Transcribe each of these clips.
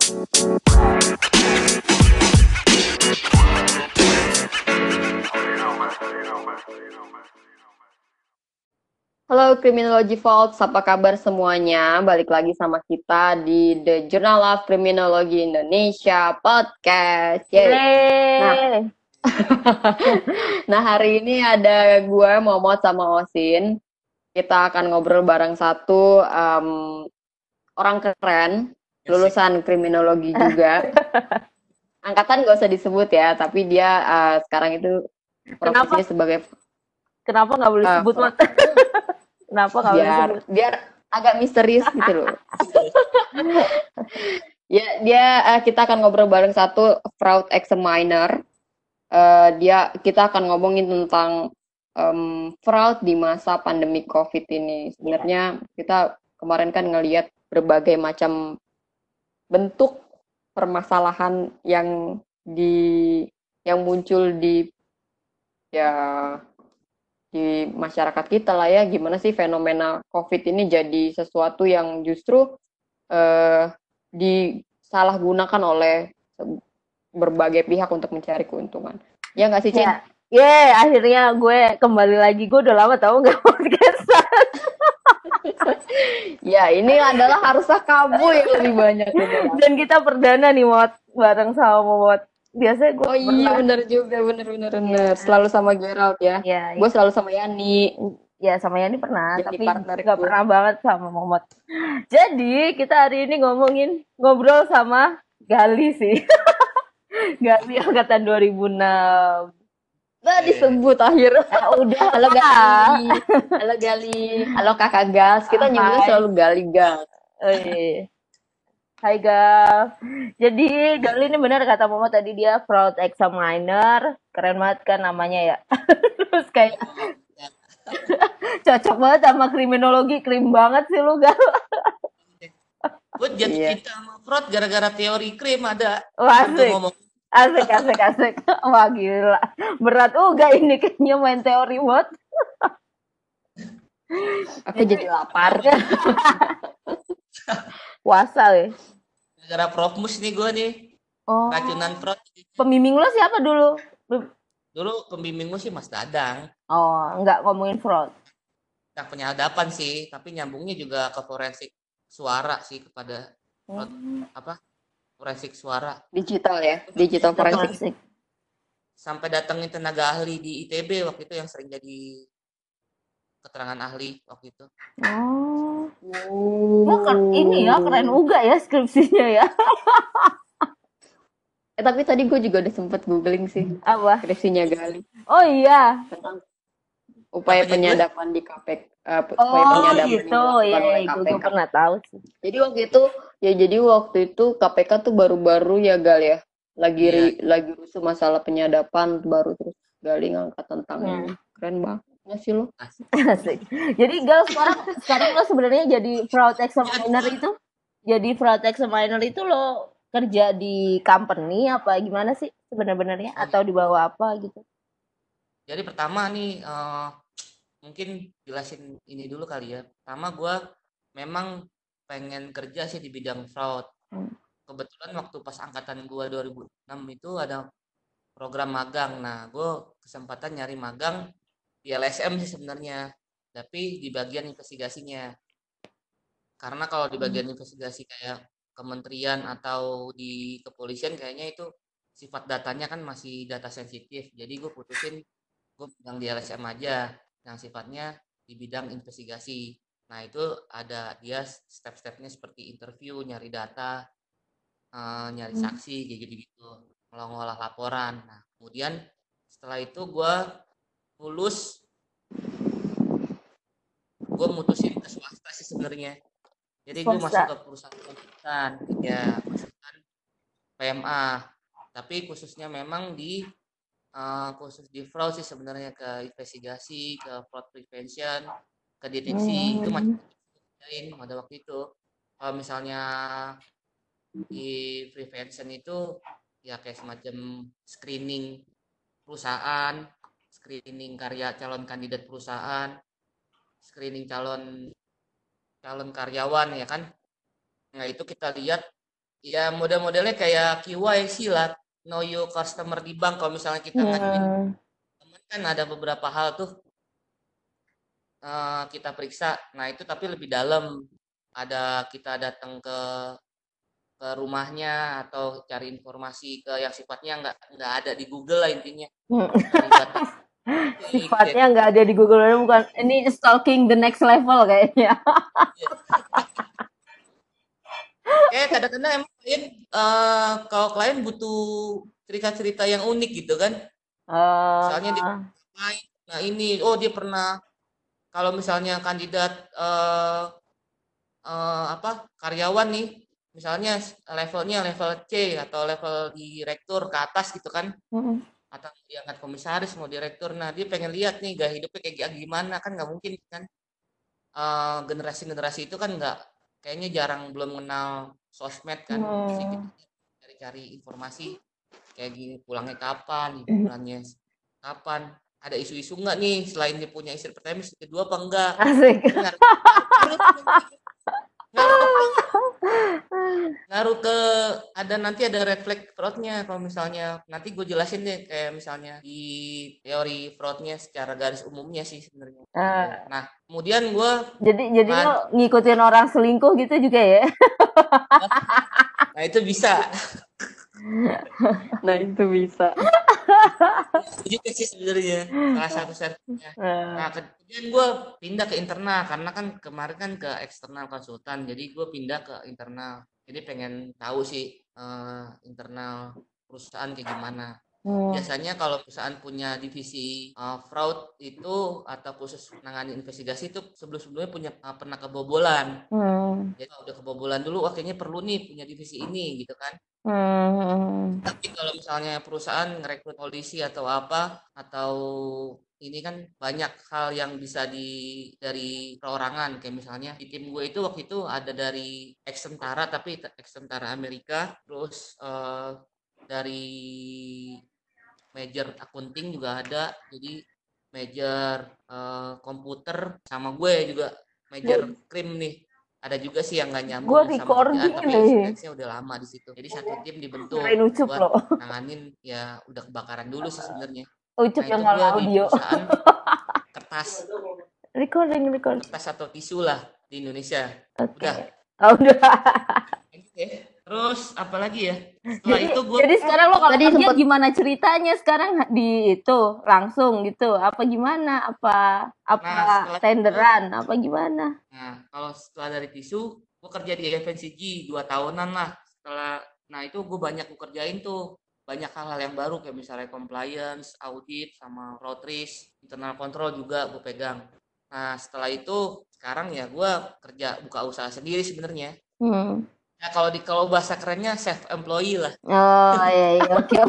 Halo Criminology Vaults, apa kabar semuanya? Balik lagi sama kita di The Journal of Criminology Indonesia Podcast. Yeay. Nah, Yeay. nah hari ini ada gue Momot sama Osin. Kita akan ngobrol bareng satu orang keren, Asik. lulusan kriminologi juga. Angkatan gak usah disebut ya, tapi dia sekarang itu profesinya Kenapa? sebagai Kenapa nggak boleh eh, sebut, pro- Mat? Kenapa nggak boleh biar sebut? biar agak misterius gitu loh. Ya, kita akan ngobrol bareng satu fraud examiner. Kita akan ngomongin tentang fraud di masa pandemi COVID ini. Iya. Sebenarnya kita kemarin kan ngelihat berbagai macam bentuk permasalahan yang muncul ya di masyarakat kita lah ya. Gimana sih fenomena COVID ini jadi sesuatu yang justru eh, disalahgunakan oleh berbagai pihak untuk mencari keuntungan. Ya nggak sih, Cin? Ya. Yeay, akhirnya gue kembali lagi. Gue udah lama tau nggak podcast. Ya, ini adalah harusnya kamu yang lebih banyak ini. Dan kita perdana nih, Mot. Bareng sama Mot. Biasanya gue Oh iya, bener juga, bener. Iya. Selalu sama Gerald ya. Iya, Gue selalu sama Yani. ya sama Yani pernah, Jadi tapi partner nggak gue. pernah banget sama Momot. Jadi kita hari ini ngobrol sama Gali sih. Gali angkatan 2006. Nah, disebut akhir. Udah Halo lah. Gali. Halo Gali. Halo Kakak Gas. Kita nyebutnya Hai. selalu Gali Gas. Oh, iya. Hai Gal. Jadi Gal ini benar kata Mama tadi, dia fraud examiner. Keren banget kan namanya ya. Terus kayak cocok banget sama kriminologi. Krim banget sih lu, Gal. Gue jatuh Iya. cinta sama fraud gara-gara teori krim ada. Wah, Waktu asik. ngomong Asik. Wah, gila. Berat juga ini kayaknya main teori buat. Aku jadi lapar. Puasa weh. gara-gara Profmus nih gue nih. Oh. Racunan fraud. Pembimbing lo siapa dulu? Dulu pembimbing gue sih Mas Dadang. Oh, enggak ngomongin fraud. Yang penyadapan sih, tapi nyambungnya juga ke forensik suara sih, kepada fraud, forensik suara. Digital ya, digital forensik. Forensik. Sampai datengin tenaga ahli di ITB waktu itu yang sering jadi keterangan ahli waktu itu. Oh. Ini ya keren juga ya skripsinya ya. Tapi tadi gue juga udah sempet googling sih Apa? skripsinya Gali Oh iya. tentang upaya Apa penyadapan di KPK. Oh penyadapan gitu. yang dilakukan Ya, oleh gue KPK. pernah tahu sih. Jadi waktu itu KPK tuh baru-baru ya Gal ya, lagi rusuh masalah penyadapan baru, terus Gali ngangkat tentang ini. Keren banget sih lo. Asik. Jadi Gal sekarang lo sebenarnya jadi fraud examiner itu? Jadi fraud examiner itu lo kerja di company apa gimana sih sebenarnya atau di bawah apa gitu? Jadi pertama nih, mungkin jelasin ini dulu kali ya. Pertama gue memang pengen kerja sih di bidang fraud. Kebetulan waktu pas angkatan gue 2006 itu ada program magang. Nah, gue kesempatan nyari magang di LSM sih sebenarnya, tapi di bagian investigasinya. Karena kalau di bagian investigasi kayak kementerian atau di kepolisian kayaknya itu sifat datanya kan masih data sensitif. Jadi gue putusin gue pegang di LSM aja yang sifatnya di bidang investigasi. Nah, itu ada dia step-stepnya seperti interview, nyari data, nyari saksi, kayak gitu-gitu, ngolah laporan. Nah, kemudian setelah itu gue lulus, gue mutusin ke swasta sih sebenarnya. Jadi gue masuk ke perusahaan konsultan, ya konsultan PMA. Tapi khususnya memang khusus di fraud sih sebenarnya, ke investigasi, ke fraud prevention, ke deteksi. Itu macam pada waktu itu. Kalau misalnya di prevention itu ya kayak semacam screening perusahaan, screening calon kandidat perusahaan, screening calon karyawan ya kan. Nah, itu kita lihat ya model-modelnya kayak KYC lah, know your customer di bank. Kalau misalnya kita ngajuin teman kan ada beberapa hal tuh kita periksa. Nah itu tapi lebih dalam. Ada kita datang ke rumahnya atau cari informasi ke yang sifatnya nggak ada di Google lah intinya. Cari data. Sifatnya nggak ada di Google, bukan ini stalking the next level kayaknya. Kayak kadang-kadang emang klien, kalau klien butuh cerita-cerita yang unik gitu kan. Misalnya dia main, nah ini, oh dia pernah, kalau misalnya kandidat apa karyawan nih, misalnya levelnya level C atau level direktur ke atas gitu kan, atau diangkat komisaris mau direktur, nah dia pengen lihat nih gaya hidupnya kayak gimana, kan nggak mungkin kan. Generasi-generasi itu kan nggak kayaknya jarang belum kenal sosmed kan, mesti kita cari-cari informasi kayak gini, pulangnya kapan, liburannya kapan, ada isu-isu nggak nih selain dia punya istri pertama, istri kedua apa enggak. Asik. Ngaruh ke nanti ada red flag fraudnya. Kalau misalnya nanti gue jelasin deh kayak misalnya di teori fraudnya secara garis umumnya sih sebenarnya. Nah kemudian gue jadi lo ngikutin orang selingkuh gitu juga ya? Nah itu bisa. Nah itu bisa. Itu juga sih sebenarnya salah satu servisnya. Nah kemudian gue pindah ke internal karena kan kemarin kan ke eksternal konsultan, jadi gue pindah ke internal. Jadi pengen tahu sih internal perusahaan kayak gimana. Biasanya kalau perusahaan punya divisi fraud itu atau khusus menangani investigasi itu sebelum-sebelumnya punya pernah kebobolan. Jadi udah kebobolan dulu, wah kayaknya perlu nih punya divisi ini gitu kan. Tapi kalau misalnya perusahaan ngerekrut polisi atau apa, atau ini kan banyak hal yang bisa dari perorangan. Kayak misalnya di tim gue itu waktu itu ada dari ex-tentara, tapi ex-tentara Amerika, terus dari major accounting juga ada, jadi major komputer, sama gue juga major krim nih. Ada juga sih yang nggak nyambung sama kerjaan, tapi experience-nya udah lama di situ. Jadi satu tim dibentuk buat nanganin, ya udah kebakaran dulu sih sebenarnya. Ucup Nah yang itu gue di audio. perusahaan kertas recording. kertas atau tisu lah di Indonesia. Udah. Terus apalagi ya? Setelah itu gue jadi sekarang lo kalau kerja gimana ceritanya sekarang di itu langsung gitu? Apa gimana? Apa tenderan? Apa gimana? Nah kalau setelah dari tisu, gue kerja di FNCG 2 tahunan lah. Nah itu gue banyak gue kerjain tuh, banyak hal-hal yang baru kayak misalnya compliance, audit, sama road risk, internal control juga gue pegang. Nah setelah itu sekarang ya gue kerja buka usaha sendiri sebenarnya. Ya kalau bahasa kerennya self employee lah. Oh iya oke.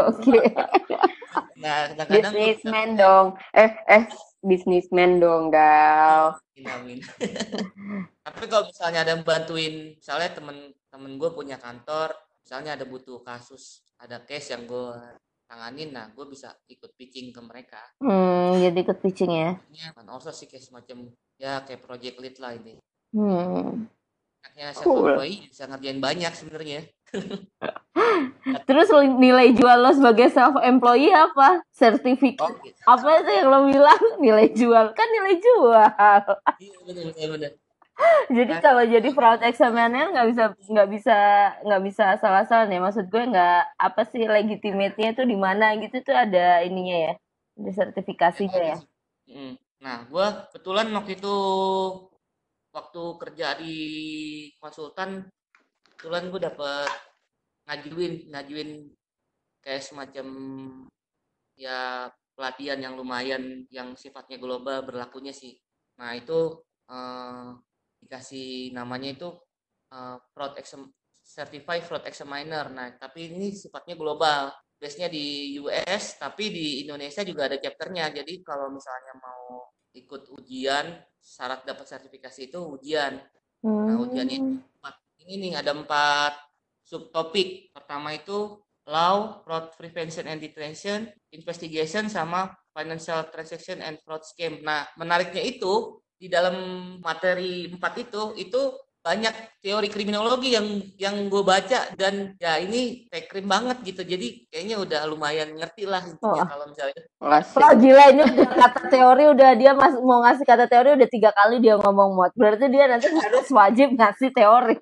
Nah kadang-kadang businessman dong. Businessman dong gal. Amin. Tapi kalau misalnya ada yang bantuin, misalnya temen gue punya kantor, misalnya ada butuh kasus, ada case yang gue tanganin, nah gue bisa ikut pitching ke mereka. Jadi ikut pitching ya? Kan also sih kayak semacam ya kayak project lead lah ini. Anaknya self-employee bisa ngerjain banyak sebenarnya. Terus nilai jual lo sebagai self-employee apa? Sertifikat? Gitu. Apa sih yang lo bilang nilai jual? Kan nilai jual. Iya benar. Jadi kalau jadi fraud examiner nggak bisa asal-asalan ya. Maksud gue nggak apa sih legitimate-nya tuh di mana gitu tuh ada ininya ya, ada sertifikasinya ya. Nah, gue kebetulan waktu kerja di konsultan, kebetulan gue dapet ngajuin kayak semacam ya pelatihan yang lumayan yang sifatnya global berlakunya sih. Nah itu dikasih namanya itu Certified Fraud Examiner. Nah tapi ini sifatnya global, base-nya di US, tapi di Indonesia juga ada chapternya. Jadi kalau misalnya mau ikut ujian, syarat dapat sertifikasi itu ujian. Nah ujiannya ini nih ada 4 subtopik. Pertama itu Law, Fraud Prevention and Detection, Investigation, sama Financial Transaction and Fraud Scheme. Nah, menariknya itu di dalam materi 4 itu banyak teori kriminologi yang gue baca, dan ya ini tech krim banget gitu. Jadi kayaknya udah lumayan ngerti lah intinya Oh, kalau misalnya. Asik. wah gila ini udah kata teori udah dia mau ngasih kata teori udah 3 kali dia ngomong mod. Berarti dia nanti harus wajib ngasih teori.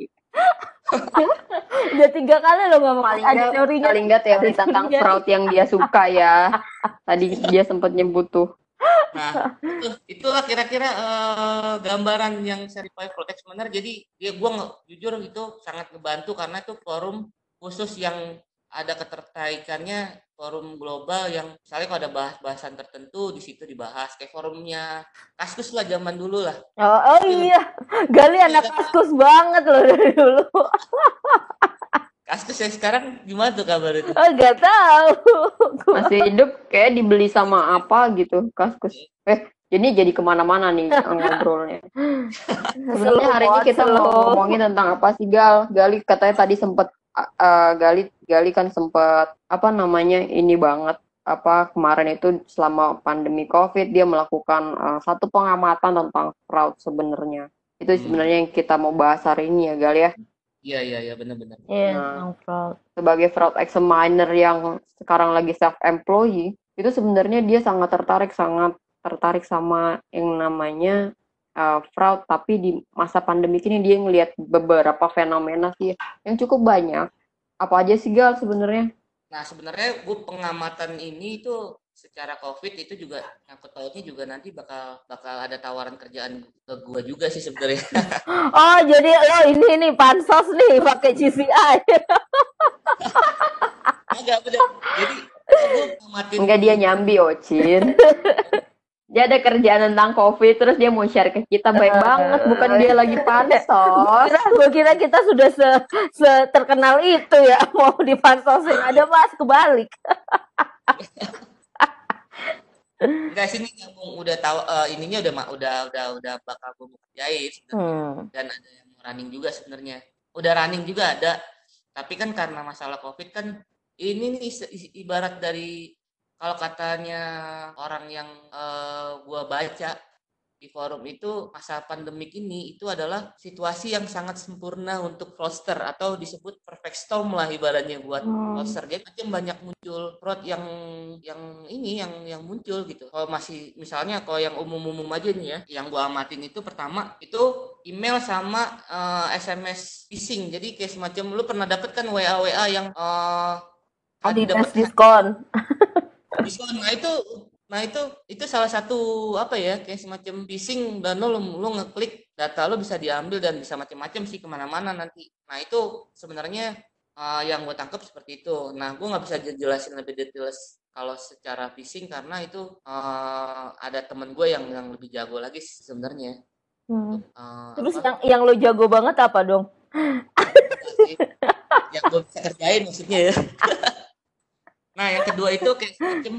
Udah 3 kali lo ngomong ada teorinya. Paling nggak teori tentang fraud yang dia suka ya. Tadi dia sempat nyebut tuh. Nah, itulah kira-kira gambaran yang Certified Fraud Examiner. Jadi gue jujur itu sangat ngebantu karena itu forum khusus yang ada ketertarikannya, forum global yang misalnya kalau ada bahas-bahasan tertentu di situ dibahas, kayak forumnya Kaskus lah zaman dulu lah. Oh iya, Gali anak Kaskus banget loh dari dulu. Kaskus yang sekarang gimana tuh kabar itu? Oh gak tahu. Masih hidup kayak dibeli sama apa gitu Kaskus. Jadi kemana-mana nih ngobrolnya. Sebenarnya hari ini kita mau ngomongin tentang apa sih Gal? Gali katanya tadi sempet Gali kan sempet apa namanya ini banget apa kemarin itu selama pandemi COVID dia melakukan satu pengamatan tentang fraud sebenarnya. Itu sebenarnya yang kita mau bahas hari ini ya Gal ya. Iya benar-benar. Iya, fraud. Sebagai fraud examiner yang sekarang lagi self employee, itu sebenarnya dia sangat tertarik sama yang namanya fraud, tapi di masa pandemi ini dia ngelihat beberapa fenomena sih yang cukup banyak. Apa aja sih Gal sebenarnya? Nah sebenarnya gue pengamatan ini itu secara COVID itu juga yang ketahuinya juga nanti bakal ada tawaran kerjaan ke gue juga sih sebenarnya. Oh jadi lo ini pansos nih pakai GCI. Enggak bener. Jadi gue ngamatin. Enggak, dia nyambi Ocin. Dia ada kerjaan tentang COVID, terus dia mau share ke kita, baik banget, bukan dia lagi pansos. Gue kira kita sudah terkenal itu ya, mau dipansosin. Ada Mas, kebalik. Enggak sih, ini yang udah tahu ininya udah bakal gue mau kerjain sebenarnya. Dan ada yang mau running juga sebenarnya. Udah running juga ada. Tapi kan karena masalah COVID kan ini nih ibarat dari kalau katanya orang yang gua baca di forum itu, masa pandemik ini itu adalah situasi yang sangat sempurna untuk fraudster atau disebut perfect storm lah ibaratnya buat fraudster. Jadi macam banyak muncul fraud yang muncul gitu. Kalau masih misalnya kalau yang umum-umum aja nih ya, yang gua amatin itu pertama itu email sama SMS phishing. Jadi kayak semacam lu pernah dapet kan WA yang Adidas diskon. Nah itu salah satu apa ya, kayak semacam phishing, dan lo ngeklik data lo bisa diambil dan bisa macam-macam sih kemana-mana nanti. Nah itu sebenarnya yang gue tangkap seperti itu. Nah gue nggak bisa jelasin lebih detail kalau secara phishing karena itu ada temen gue yang lebih jago lagi sebenarnya. Terus yang lo jago banget apa dong? Yang gue bisa kerjain maksudnya ya. Nah, yang kedua itu kayak semacam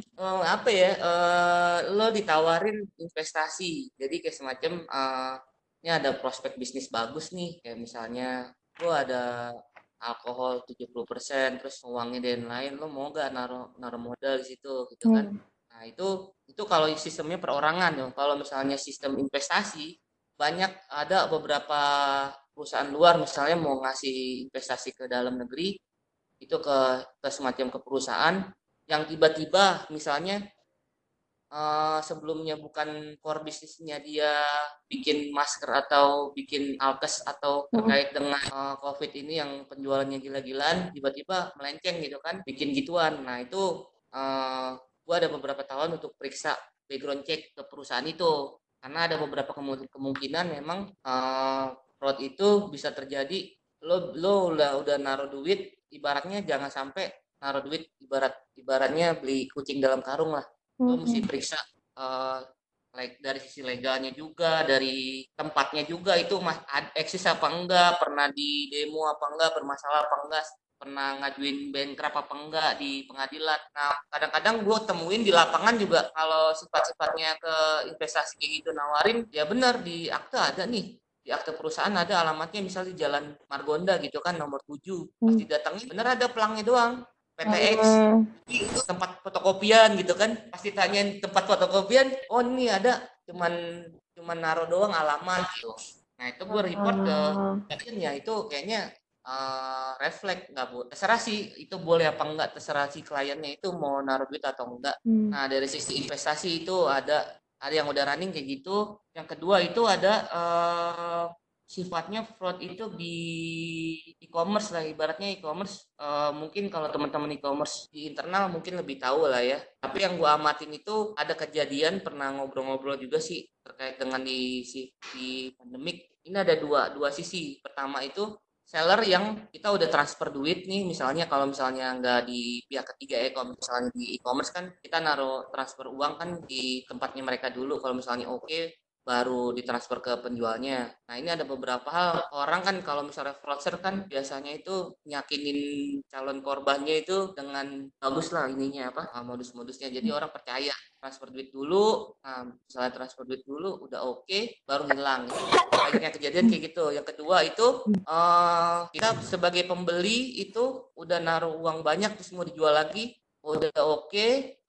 lo ditawarin investasi. Jadi kayak semacam ini ada prospek bisnis bagus nih, kayak misalnya lo ada alkohol 70%, terus uangnya dan lain, lo mau gak naruh modal di situ gitu kan. Nah, itu kalau sistemnya perorangan dong. Kalau misalnya sistem investasi, banyak ada beberapa perusahaan luar misalnya mau ngasih investasi ke dalam negeri, itu ke semacam ke perusahaan yang tiba-tiba misalnya sebelumnya bukan core bisnisnya dia bikin masker atau bikin alkes atau terkait dengan COVID ini yang penjualannya gila-gilaan, tiba-tiba melenceng gitu kan, bikin gituan. Nah itu gua ada beberapa tahun untuk periksa background check ke perusahaan itu, karena ada beberapa kemungkinan memang fraud itu bisa terjadi. Lo udah naruh duit, ibaratnya jangan sampai naruh duit ibaratnya beli kucing dalam karung lah. Lo mesti periksa dari sisi legalnya juga, dari tempatnya juga, itu eksis apa enggak, pernah di demo apa enggak, bermasalah apa enggak, pernah ngajuin bankrupt apa enggak di pengadilan. Nah kadang-kadang gue temuin di lapangan juga kalau sifat-sifatnya ke investasi kayak gitu nawarin, ya benar di akta ada nih, di akte perusahaan ada alamatnya, misalnya di Jalan Margonda gitu kan, nomor 7. Pasti datangnya bener ada pelangnya doang, PTX, itu tempat fotokopian gitu kan. Pasti tanyain tempat fotokopian, oh ini ada, cuman naruh doang alamat gitu. Nah itu gue report ke admin ya, itu kayaknya red flag, nggak boleh. Terserah sih itu boleh apa enggak, terserah si kliennya itu mau naruh duit atau enggak. Nah dari sisi investasi itu ada yang udah running kayak gitu. Yang kedua itu ada sifatnya fraud itu di e-commerce lah, ibaratnya e-commerce, mungkin kalau teman-teman e-commerce di internal mungkin lebih tahu lah ya, tapi yang gua amatin itu ada kejadian, pernah ngobrol-ngobrol juga sih terkait dengan di pandemik ini, ada dua dua sisi. Pertama itu seller yang kita udah transfer duit nih, misalnya kalau misalnya nggak di pihak ketiga ya, kalau misalnya di e-commerce kan kita naruh transfer uang kan di tempatnya mereka dulu, kalau misalnya oke baru ditransfer ke penjualnya. Nah ini ada beberapa hal, orang kan kalau misalnya fraudster kan biasanya itu nyakinin calon korbannya itu dengan bagus lah ininya apa, modus-modusnya, jadi orang percaya transfer duit dulu. Nah misalnya transfer duit dulu udah oke baru hilang. Banyaknya kejadian kayak gitu. Yang kedua itu kita sebagai pembeli itu udah naruh uang banyak terus mau dijual lagi, udah oke,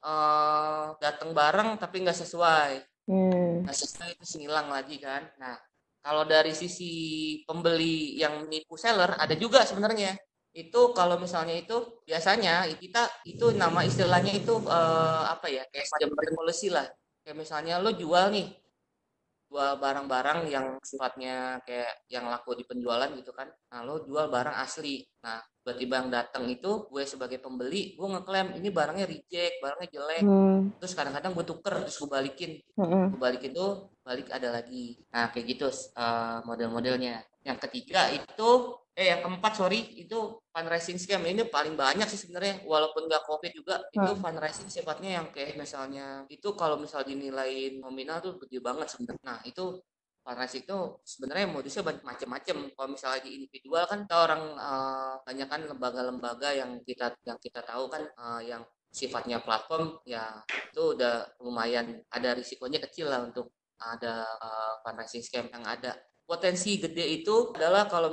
datang barang tapi nggak sesuai. Nah, sesuai itu hilang lagi kan. Nah, kalau dari sisi pembeli yang menipu seller ada juga sebenarnya. Itu kalau misalnya itu biasanya kita itu nama istilahnya itu apa ya? Kayak semacam policy lah. Kayak misalnya lo jual nih, jual barang-barang yang sifatnya kayak yang laku di penjualan gitu kan. Nah, lo jual barang asli. Nah, tiba-tiba yang datang itu gue sebagai pembeli, gue ngeklaim ini barangnya reject, barangnya jelek. Terus kadang-kadang gue tuker, terus gue balikin. Gue balikin tuh, balik ada lagi. Nah, kayak gitu model-modelnya. Yang ketiga itu, yang keempat sorry, itu fundraising scam. Ini paling banyak sih sebenarnya, walaupun nggak COVID juga, itu fundraising sifatnya yang kayak misalnya, itu kalau misal dinilai nominal tuh gede banget sebenarnya. Nah, itu fundraising itu sebenarnya modusnya macam-macam. Kalau misalnya di individual kan kita orang banyak kan lembaga-lembaga yang kita tahu kan, yang sifatnya platform ya, itu udah lumayan ada risikonya kecil lah untuk ada fundraising scam yang ada. Potensi gede itu adalah kalau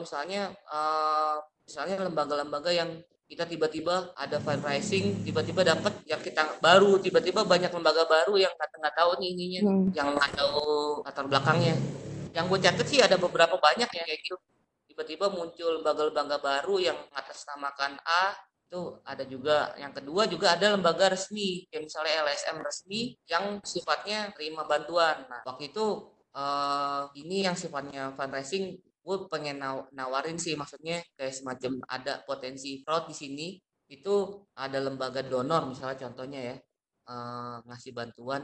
misalnya lembaga-lembaga yang kita tiba-tiba ada fundraising, tiba-tiba dapat yang kita baru, tiba-tiba banyak lembaga baru yang nggak tahu nih ininya, yang nggak tahu latar belakangnya. Yang gue catat sih ada beberapa banyak ya kayak gitu. Tiba-tiba muncul lembaga-lembaga baru yang mengatasnamakan A, itu ada juga. Yang kedua juga ada lembaga resmi, kayak misalnya LSM resmi yang sifatnya terima bantuan. Nah, waktu itu ini yang sifatnya fundraising, gue pengen nawarin sih, maksudnya kayak semacam ada potensi fraud di sini. Itu ada lembaga donor misalnya contohnya ya, ngasih bantuan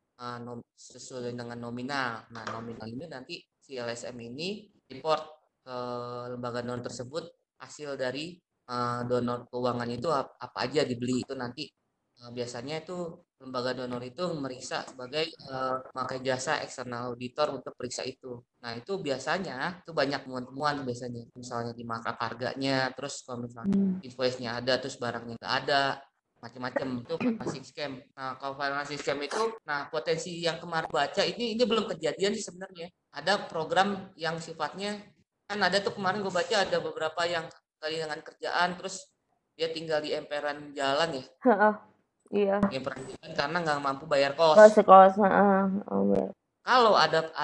sesuai dengan nominal. Nah, nominal ini nanti si LSM ini report ke lembaga donor tersebut hasil dari donor keuangan itu apa aja dibeli. Itu nanti biasanya itu lembaga donor itu meriksa sebagai pakai jasa eksternal auditor untuk periksa itu. Nah, itu biasanya itu banyak temuan-temuan biasanya. Misalnya di markup harganya, terus kalau misalnya invoice-nya ada terus barangnya nggak ada, macam-macam itu financing scam. Nah, kalau financing scam itu, nah potensi yang kemarin baca ini belum kejadian sih sebenarnya. Ada program yang sifatnya kan ada tuh kemarin gue baca ada beberapa yang kali dengan kerjaan terus dia tinggal di emperan jalan ya. Iya. Emperan jalan karena nggak mampu bayar Kos kos. kos. Kalau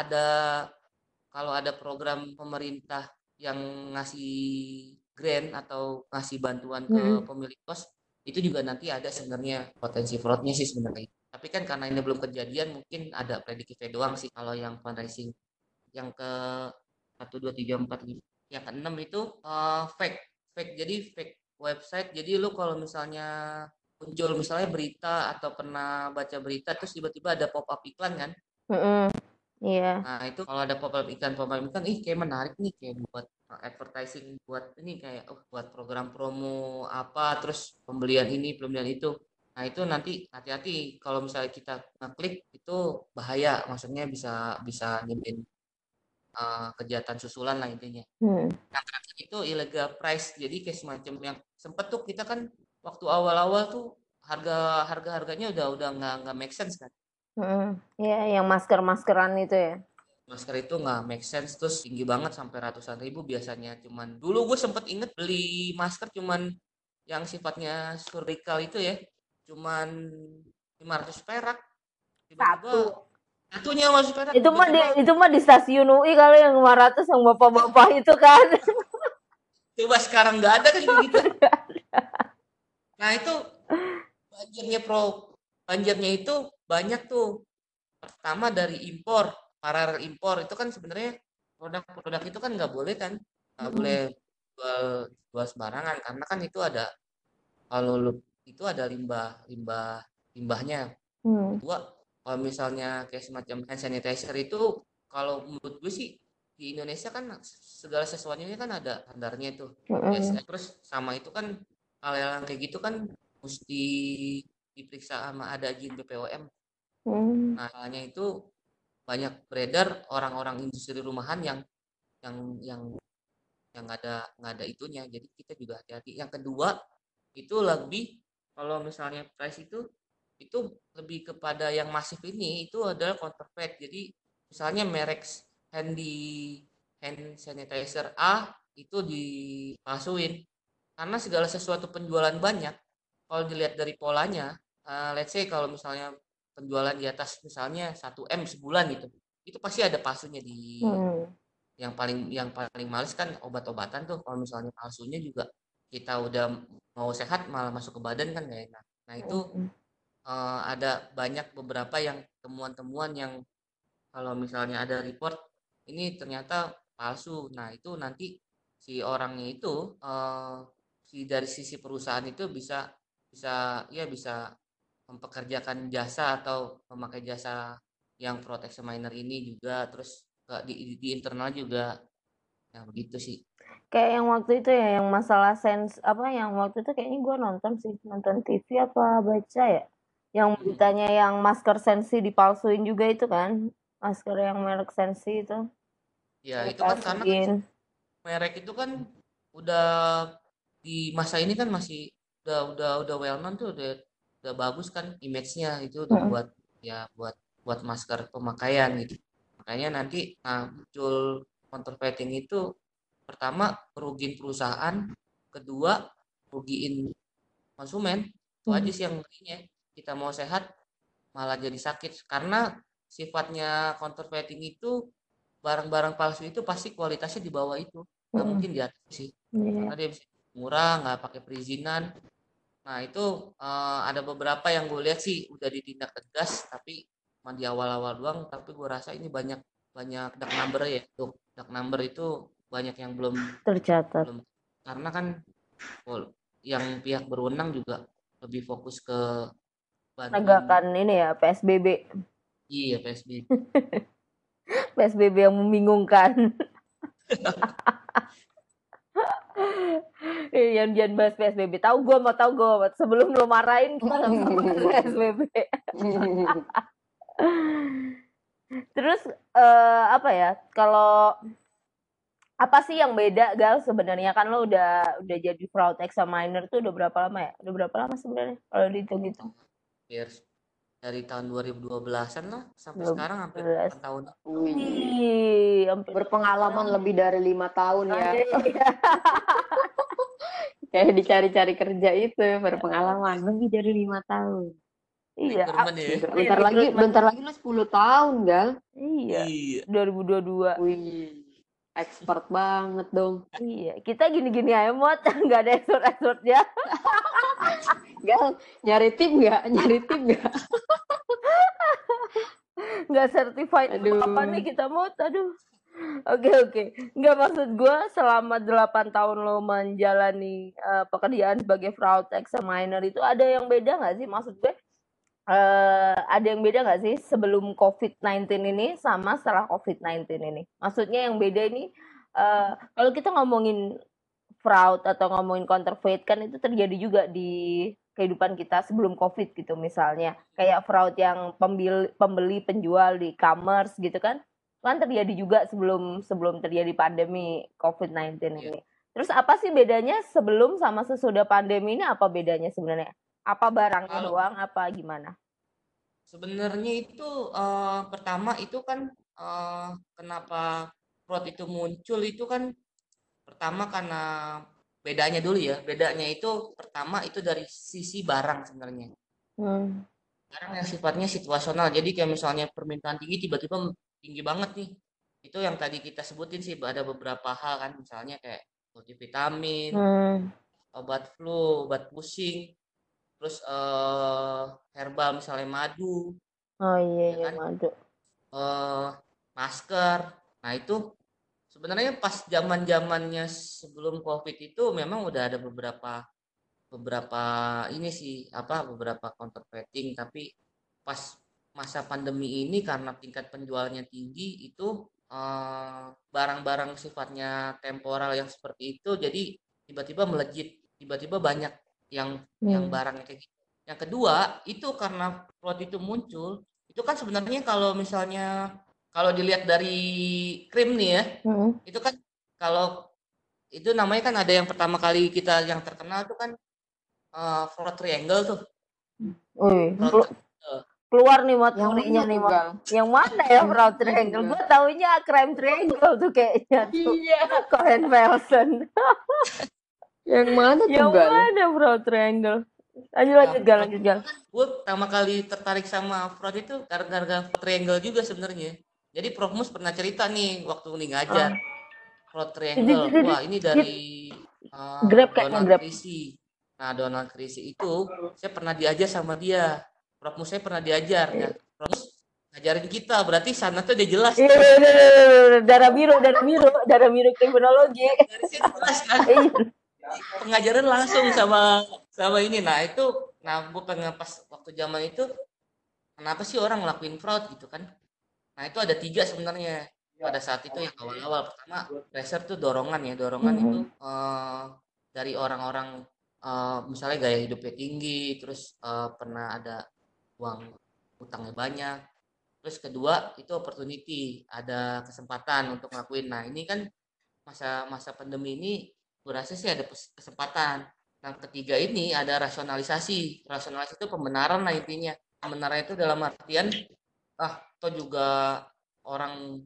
ada program pemerintah yang ngasih grant atau ngasih bantuan ke pemilik kos, itu juga nanti ada sebenarnya potensi fraudnya sih sebenarnya. Tapi kan karena ini belum kejadian, mungkin ada prediktifnya doang sih kalau yang fundraising. Yang ke 1, 2, 3, 4, 5, yang ke-6 itu fake, jadi fake website. Jadi lu kalau misalnya muncul misalnya berita atau pernah baca berita terus tiba-tiba ada pop up iklan kan. Iya. Nah, itu kalau ada pop up iklan, kayak menarik nih, kayak buat advertising, buat ini kayak buat program promo apa, terus pembelian ini, pembelian itu. Nah, itu nanti hati-hati kalau misalnya kita ngeklik itu bahaya, maksudnya bisa bisa nyimpen kejahatan susulan lah intinya. Yang terakhir itu illegal price. Jadi kayak semacam yang sempet tuh kita kan waktu awal-awal tuh harganya udah nggak make sense kan. Iya, yang masker-maskeran itu ya. Masker itu nggak make sense, terus tinggi banget sampai ratusan ribu biasanya. Cuman dulu gue sempet inget beli masker cuman yang sifatnya surgical itu ya, cuman 500 perak. Tiba-tiba Satu. Satunya masuk perak Itu mah tiba-tiba itu mah di stasiun UI kali yang 500 yang bapak-bapak itu kan. coba sekarang nggak ada kan kayak gitu. Nah itu banjirnya banjirnya itu banyak tuh. Pertama dari impor, paralel impor itu kan sebenarnya produk-produk itu kan nggak boleh kan, nggak boleh jual, jual sembarangan karena kan itu ada kalau itu ada limbahnya. Hmm. Kedua, kalau misalnya kayak semacam hand sanitizer itu kalau menurut gue sih di Indonesia kan segala sesuatunya kan ada standarnya itu. Mm-mm. Terus sama itu kan hal yang kayak gitu kan mesti diperiksa sama ada izin BPOM. Hmm. Nah, hanya itu banyak beredar orang-orang industri rumahan yang yang yang nggak ada itunya. Jadi kita juga hati-hati. Yang kedua itu lebih kalau misalnya price itu lebih kepada yang masif ini itu adalah counterfeit. Jadi misalnya merek handy hand sanitizer A itu dipalsuin karena segala sesuatu penjualan banyak kalau dilihat dari polanya, let's say kalau misalnya penjualan di atas misalnya 1 M sebulan gitu, itu pasti ada palsunya di Hmm. yang paling males kan obat-obatan tuh kalau misalnya palsunya juga kita udah mau sehat malah masuk ke badan kan gak enak. Nah itu Hmm. ada banyak beberapa yang temuan-temuan yang kalau misalnya ada report ini ternyata palsu. Nah itu nanti si orangnya itu si dari sisi perusahaan itu bisa bisa ya bisa mempekerjakan jasa atau memakai jasa yang Protex Miner ini juga terus di internal juga ya begitu sih. Kayak yang waktu itu ya, yang masalah apa yang waktu itu kayaknya gue nonton sih, nonton TV apa baca ya, yang Mhm. beritanya yang masker Sensi dipalsuin juga itu kan, masker yang merek Sensi itu Ya itu kan karena kan dipalsuin. merek itu kan udah di masa ini kan masih udah well known tuh udah bagus kan image-nya itu udah Mm. buat ya buat buat masker pemakaian gitu. Makanya nanti muncul counterfeiting itu pertama merugiin perusahaan, kedua rugiin konsumen. Itu aja Hmm. sih yang ngerinya. Kita mau sehat malah jadi sakit karena sifatnya counterfeiting itu barang-barang palsu itu pasti kualitasnya di bawah itu nggak Mm. mungkin di atas sih karena Iya. dia bisa murah nggak pakai perizinan. Nah itu ada beberapa yang gue lihat sih udah ditindak tegas tapi cuma di awal-awal doang tapi gue rasa ini banyak banyak dark number ya tuh dark number itu banyak yang belum Tercatat. belum karena kan yang pihak berwenang juga lebih fokus ke bantuin Penegakan ini ya PSBB. iya PSBB. PSBB yang membingungkan. Yang jangan bahas PSBB. Tahu gue sebelum lo marahin kita nggak usah bahas PSBB. Terus apa ya? Kalau apa sih yang beda Gal sebenarnya kan lo udah jadi fraud examiner tuh udah berapa lama ya? Udah berapa lama sebenarnya kalau dihitung-hitung? Biar dari tahun 2012-an lah sampai sekarang hampir 12. 8 tahun. Wih, Wih, hampir 8 berpengalaman tahun. lebih dari 5 tahun ya. Iya. Kayak dicari-cari kerja itu berpengalaman lebih dari 5 tahun. Iya. Recruitment ya. Bentar lagi, Recruitment. bentar lagi lu 10 tahun, Gal. Iya. Iya. 2022. Wih, expert banget dong. Iya, kita gini-gini aja mot, nggak ada expert-expertnya. Gal, nyari tim nggak? Nyari tim nggak? Nggak certified Aduh. apa nih kita mot, aduh. Oke. Nggak, maksud gue selama 8 tahun lo menjalani pekerjaan sebagai fraud examiner itu ada yang beda nggak sih? Maksud gue ada yang beda nggak sih sebelum COVID-19 ini sama setelah COVID-19 ini? Maksudnya yang beda ini kalau kita ngomongin fraud atau ngomongin counterfeit kan itu terjadi juga di kehidupan kita sebelum COVID gitu misalnya. Kayak fraud yang pembeli penjual di e-commerce gitu kan. Kan terjadi juga sebelum terjadi pandemi COVID-19 Iya. ini. Terus apa sih bedanya sebelum sama sesudah pandemi ini, apa bedanya sebenarnya? Apa barangnya Kalau doang apa gimana? sebenarnya itu pertama itu kan kenapa fraud itu muncul itu kan pertama karena bedanya dulu ya. Bedanya itu pertama itu dari sisi barang sebenarnya. Hmm. Sekarang yang sifatnya situasional. Jadi kayak misalnya permintaan tinggi tiba-tiba tinggi banget nih. Itu yang tadi kita sebutin sih ada beberapa hal kan misalnya kayak multivitamin, Hmm. obat flu, obat pusing, terus herbal misalnya madu, Oh iya ya iya kan? madu. eh Masker. Nah, itu sebenarnya pas zaman-zamannya sebelum Covid itu memang udah ada beberapa beberapa ini sih apa beberapa counterfeiting tapi pas masa pandemi ini karena tingkat penjualnya tinggi itu barang-barang sifatnya temporal yang seperti itu jadi tiba-tiba melejit tiba-tiba banyak yang Hmm. barangnya kayak gitu. Yang kedua itu karena fraud itu muncul itu kan sebenarnya kalau misalnya kalau dilihat dari krim nih ya Hmm. itu kan kalau itu namanya kan ada yang pertama kali kita yang terkenal itu kan fraud triangle tuh. Wih, Fraud triangle. keluar nih mod Yang teorinya mana nih tuh, mod. Gal? Yang mana ya Yang fraud mana tuh, triangle? Gal? Gue taunya crime triangle tuh kayaknya tuh. Iya. Cohen Felson. Yang mana tuh, Yang Gal? mana fraud triangle? Lanjut Nah, lanjut gal fraud lanjut itu gal. kan gue pertama kali tertarik sama fraud itu gara-gara fraud triangle juga sebenarnya. Jadi Prof Mus pernah cerita nih waktu nih ngajar Ah. fraud Dit, triangle. dit, dit, Wah, ini dit. dari Grab kayaknya Donald grab. Creasy. Nah, Donald Creasy itu saya pernah diajar sama dia. Prof Mus saya pernah diajar. Nah, Prof Mus ngajarin kita berarti sana tuh udah jelas Iya, tuh. iya, iya, iya, iya. Darah biru kriminologi. Garisnya jelas kan. Iya. Pengajaran langsung sama sama ini. Nah, itu nah gue pengen pas waktu zaman itu kenapa sih orang ngelakuin fraud gitu kan? Nah, itu ada tiga sebenarnya pada saat itu yang awal-awal. Pertama, pressure tuh dorongan ya. Dorongan itu Hmm. dari orang-orang misalnya gaya hidupnya tinggi, terus pernah ada uang utangnya banyak. Terus kedua itu opportunity, ada kesempatan untuk ngelakuin. Nah, ini kan masa-masa pandemi ini gue rasa sih ada kesempatan. Nah, ketiga ini ada rasionalisasi. Rasionalisasi itu pembenaran lah intinya. Pembenaran itu dalam artian atau juga orang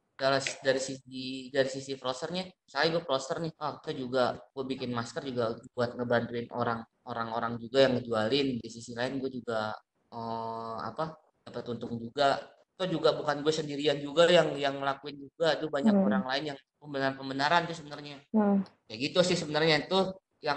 dari sisi prosernya saya gue proser nih kita juga gue bikin masker juga buat ngebantuin orang-orang juga yang ngejualin di sisi lain gue juga apa dapat untung juga itu juga bukan gue sendirian juga yang ngelakuin juga itu banyak Hmm. orang lain yang pembenaran tuh sebenarnya Hmm. kayak gitu sih sebenarnya itu yang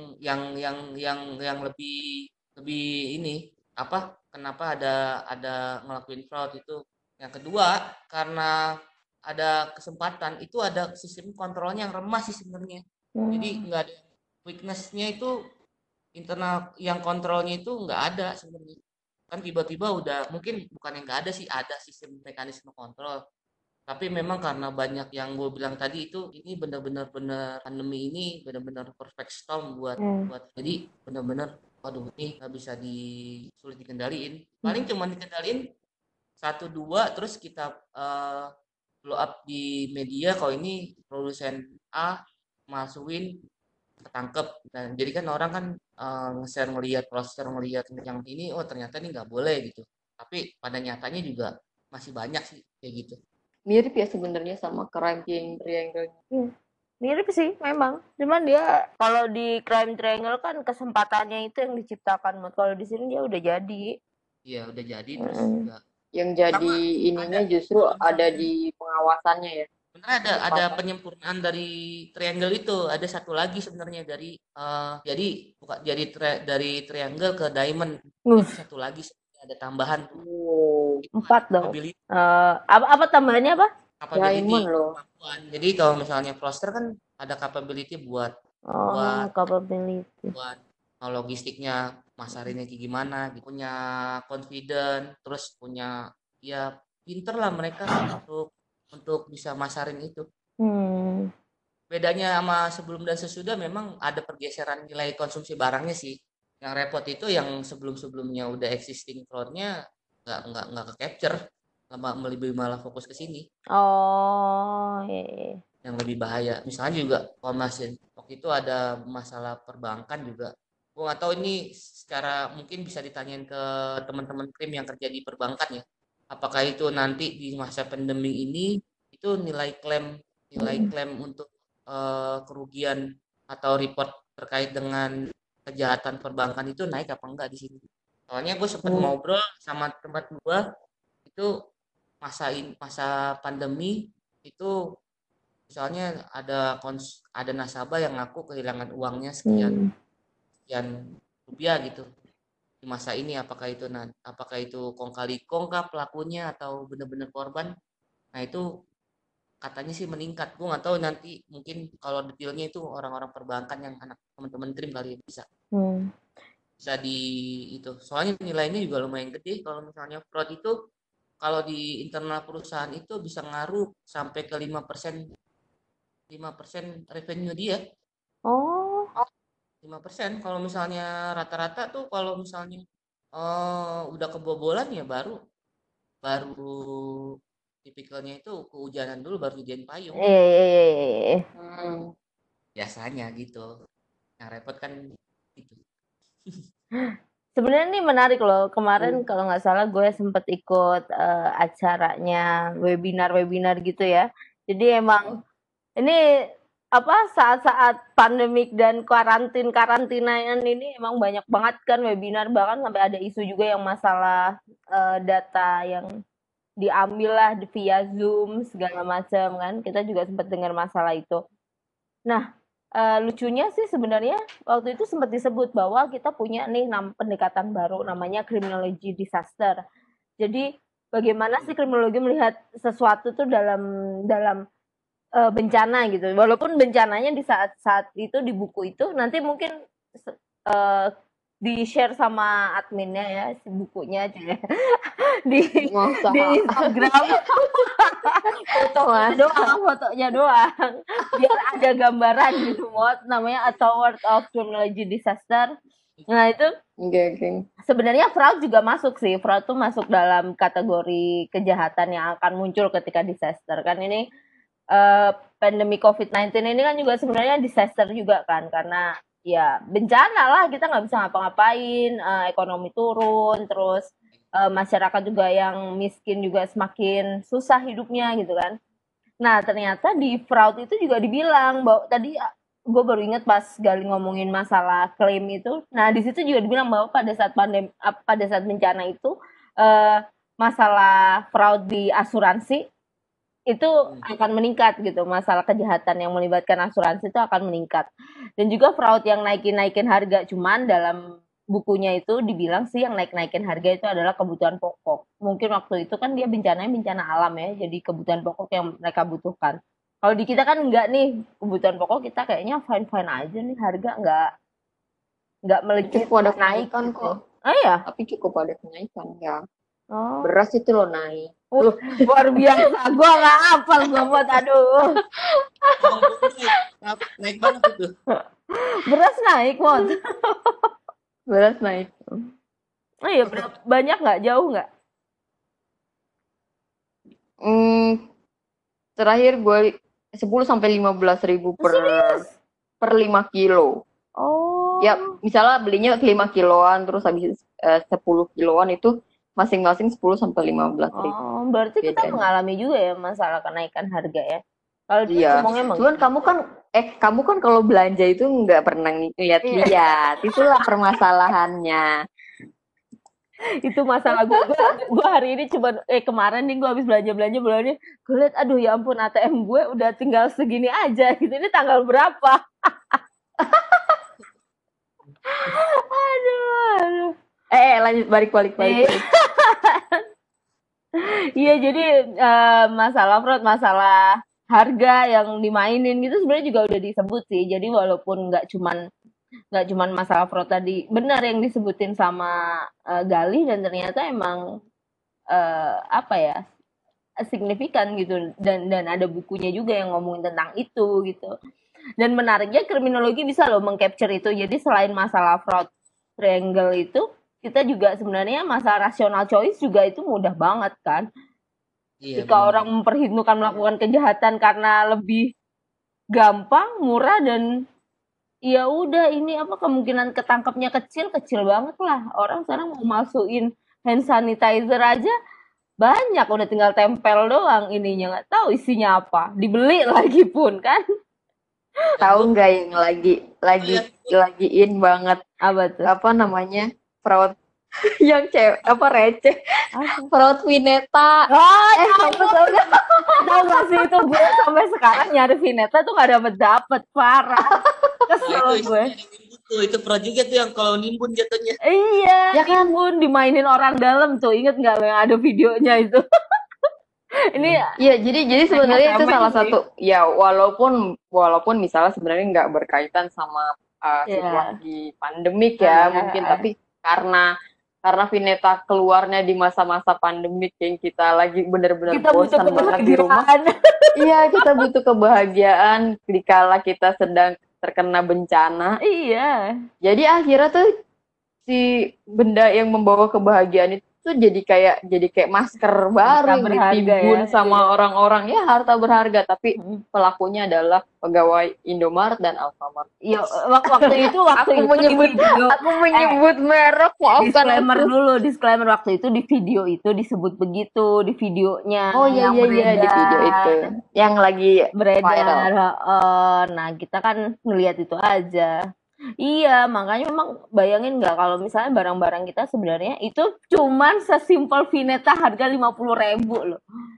yang lebih lebih ini apa kenapa ada ngelakuin fraud itu yang kedua karena ada kesempatan itu ada sistem kontrolnya yang remah sih sebenarnya jadi Hmm. nggak ada weaknessnya itu internal yang kontrolnya itu nggak ada sebenarnya kan tiba-tiba udah mungkin bukan yang nggak ada sih ada sistem mekanisme kontrol tapi memang karena banyak yang gue bilang tadi itu ini benar-benar pandemi ini benar-benar perfect storm buat Hmm. buat jadi benar-benar waduh ini nggak bisa sulit dikendaliin paling cuma dikendaliin satu dua terus kita blow up di media kalau ini produsen A masukin ketangkep dan jadi kan orang kan nge-share ngelihat poster ngelihat yang ini oh ternyata ini nggak boleh gitu tapi pada nyatanya juga masih banyak sih kayak gitu. Mirip ya sebenarnya sama crime triangle. Hmm. Mirip sih memang. Cuman dia kalau di crime triangle kan kesempatannya itu yang diciptakan mod. Kalau di sini dia udah jadi. Iya udah jadi terus Hmm. juga Yang jadi sama ada ininya justru kalau ada misalnya di pengawasannya ya, sebenarnya ada kecepatan. penyempurnaan dari triangle itu ada satu lagi sebenarnya dari jadi bukan dari triangle ke diamond itu Gus, satu lagi sebenarnya ada tambahan tuh Wow, itu ada 4 dong. capability Apa tambahannya apa? capability diamond loh. kemampuan jadi kalau misalnya Froster kan ada capability buat Oh, buat capability. buat logistiknya masarinnya kayak gimana gitu. Punya confident terus punya ya pinter lah mereka untuk bisa masarin itu Hmm. bedanya sama sebelum dan sesudah memang ada pergeseran nilai konsumsi barangnya sih yang repot itu yang sebelum-sebelumnya udah existing floor-nya nggak ke capture lebih malah fokus ke sini Oh, iya, iya. yang lebih bahaya. Misalnya juga kalau masih waktu itu ada masalah perbankan juga. Gue nggak tahu ini secara mungkin bisa ditanyain ke teman-teman krim yang kerja di perbankan ya. Apakah itu nanti di masa pandemi ini itu nilai Hmm. klaim untuk kerugian atau report terkait dengan kejahatan perbankan itu naik apa enggak di sini? Soalnya gue sempet Hmm. ngobrol sama tempat gue itu masa pandemi itu, misalnya ada nasabah yang ngaku kehilangan uangnya sekian Hmm. sekian rupiah gitu di masa ini. Apakah itu kong kali kong kah pelakunya atau benar-benar korban? Nah itu katanya sih meningkat. Gue nggak tahu nanti, mungkin kalau detailnya itu orang-orang perbankan yang anak teman-teman Trim kali ya, bisa Hmm. bisa di itu. Soalnya nilainya juga lumayan gede kalau misalnya fraud itu. Kalau di internal perusahaan itu bisa ngaruh sampai ke 5% revenue dia. Oh, 5%. Kalau misalnya rata-rata tuh, kalau misalnya udah kebobolan ya baru baru tipikalnya itu kehujanan dulu baru hujan payung. iya, iya, iya, iya, iya. Hmm. Biasanya gitu. Yang repot kan itu. Sebenarnya ini menarik loh. Kemarin Hmm. kalau nggak salah gue sempet ikut acaranya webinar-webinar gitu ya. Jadi emang ini apa saat-saat pandemik dan karantinaan ini emang banyak banget kan webinar, bahkan sampai ada isu juga yang masalah data yang diambil lah via Zoom segala macam kan. Kita juga sempat dengar masalah itu. Nah, lucunya sih sebenarnya waktu itu sempat disebut bahwa kita punya nih pendekatan baru namanya criminology disaster. Jadi bagaimana sih kriminologi melihat sesuatu tuh dalam dalam bencana gitu. Walaupun bencananya di saat-saat itu di buku itu nanti mungkin uh, di-share sama adminnya ya si bukunya aja ya. di Masa di Instagram foto mas? fotonya doang biar ada gambaran gitu mod namanya A Tower of Criminology Disaster. Nah itu Oke. sebenarnya fraud juga masuk sih. Fraud tuh masuk dalam kategori kejahatan yang akan muncul ketika disaster kan. Ini pandemi COVID-19 ini kan juga sebenarnya disaster juga kan, karena ya bencana lah, kita nggak bisa ngapa-ngapain, ekonomi turun, terus masyarakat juga yang miskin juga semakin susah hidupnya gitu kan. Nah ternyata di fraud itu juga dibilang bahwa tadi gue baru inget pas Gali ngomongin masalah klaim itu. Nah di situ juga dibilang bahwa pada saat pada saat bencana itu eh, masalah fraud di asuransi itu akan meningkat gitu. Masalah kejahatan yang melibatkan asuransi itu akan meningkat. Dan juga fraud yang naikin harga, cuman dalam bukunya itu dibilang sih yang naik-naikin harga itu adalah kebutuhan pokok. Mungkin waktu itu kan dia bencananya bencana alam ya, jadi kebutuhan pokok yang mereka butuhkan. Kalau di kita kan enggak nih, kebutuhan pokok kita kayaknya fine-fine aja nih, harga enggak melejit Cukup ada naik kenaikan gitu. kok. Oh ya? Tapi cukup ada kenaikan ya. Oh. Beras itu loh naik. Luar biasa, gue nggak hafal gue buat aduh. Naik banget itu. Beras naik mod. Beras naik. Oh iya, banyak nggak? Jauh nggak? Terakhir gue 10 sampai 15 ribu per 5 kilo. Oh. Ya, misalnya belinya 5 kiloan, terus habis 10 kiloan itu masing-masing 10 sampai 15 ribu. Oh, berarti kita mengalami juga ya masalah kenaikan harga ya. Kalau dia ngomongnya cuman kamu kan kalau belanja itu nggak pernah lihat-lihat. Itulah permasalahannya. itu masalah gue hari ini cuma kemarin nih gue habis belanja bulannya gue lihat aduh ya ampun ATM gue udah tinggal segini aja gitu, ini tanggal berapa? aduh. Lanjut balik. Iya, jadi masalah fraud, masalah harga yang dimainin gitu sebenarnya juga udah disebut sih. Jadi walaupun nggak cuman masalah fraud tadi benar yang disebutin sama Gali, dan ternyata emang apa ya, signifikan gitu, dan ada bukunya juga yang ngomongin tentang itu gitu. Dan menariknya kriminologi bisa loh mengcapture itu. Jadi selain masalah fraud triangle itu, kita juga sebenarnya masalah rational choice juga itu mudah banget kan. Iya, Jika orang memperhitungkan melakukan kejahatan karena lebih gampang, murah, dan ya udah ini apa kemungkinan ketangkepnya kecil banget lah. Orang sekarang mau masukin hand sanitizer aja banyak, udah tinggal tempel doang ininya, nggak tahu isinya apa, dibeli lagi pun kan. Tahu nggak yang lagi in banget apa tuh? apa namanya fraud yang cewek apa receh, Apa? fraud Vineta. Oh, Kamu tau gak? tahu gak sih itu gue sampai sekarang nyari Vineta tuh gak dapet parah. Nah, Kesel itu gue. istilah yang nimbun tuh. Itu pernah juga tuh yang kalau nimbun jatuhnya. Iya, Ya kan? Timbun dimainin orang dalam tuh. Ingat nggak lo yang ada videonya itu? Ini Iya, jadi sebenarnya itu remeh-remeh salah sih. satu ya walaupun misalnya sebenarnya nggak berkaitan sama Ya, situasi pandemik ya mungkin, tapi karena Vineta keluarnya di masa-masa pandemik yang kita lagi bener-bener kita butuh bosan banget di rumah. kebahagiaan. Iya, kita butuh kebahagiaan dikala kita sedang terkena bencana. Iya. Jadi akhirnya tuh si benda yang membawa kebahagiaan itu tuh jadi kayak masker baru Harta yang berharga ya. ditimbun sama Iya. orang-orang, ya harta berharga, tapi Mm. pelakunya adalah pegawai Indomaret dan Alfamart. Iya, waktu itu di video Aku menyebut merek, maafkan disclaimer aku. dulu, disclaimer waktu itu di video itu disebut begitu di videonya Oh iya yang iya iya, di video itu yang lagi beredar. viral. Nah, kita kan ngelihat itu aja. Iya, makanya memang bayangin nggak kalau misalnya barang-barang kita sebenarnya itu cuman sesimpel Vineta harga 50.000 loh.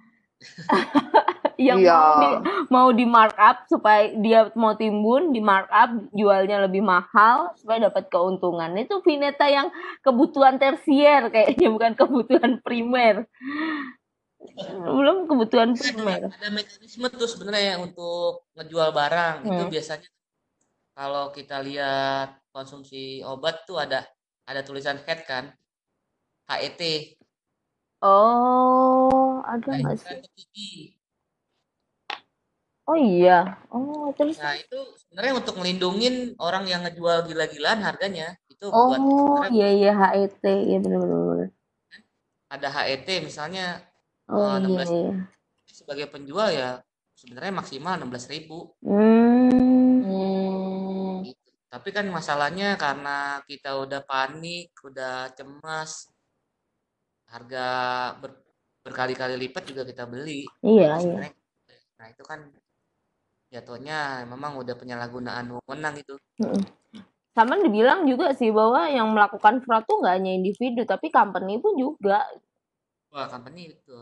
Yang Iya. mau di markup supaya dia mau timbun, di markup jualnya lebih mahal supaya dapat keuntungan. Itu Vineta yang kebutuhan tersier kayaknya, bukan kebutuhan primer. Belum kebutuhan primer. Ada mekanisme tuh sebenarnya untuk ngejual barang. Itu biasanya kalau kita lihat konsumsi obat tuh ada tulisan head kan, HET. Oh, ada Nah, nggak itu kan sih? tinggi. Oh iya. Oh, terus. Nah, itu sebenarnya untuk ngelindungin orang yang ngejual gila-gilaan harganya. Itu buat Oh, sebenarnya iya iya HET. Iya benar-benar. ada HET misalnya Oh iya 16 iya. sebagai penjual ya sebenarnya maksimal 16.000. Hmm. Gitu. Tapi kan masalahnya karena kita udah panik, udah cemas, harga berkali-kali lipat juga kita beli. Nah, Iya itu iya. sebenarnya nah itu kan jatuhnya memang udah penyalahgunaan wewenang itu. Mm. Sama dibilang juga sih bahwa yang melakukan fraud tuh nggak hanya individu, tapi company pun juga. Wah, company itu.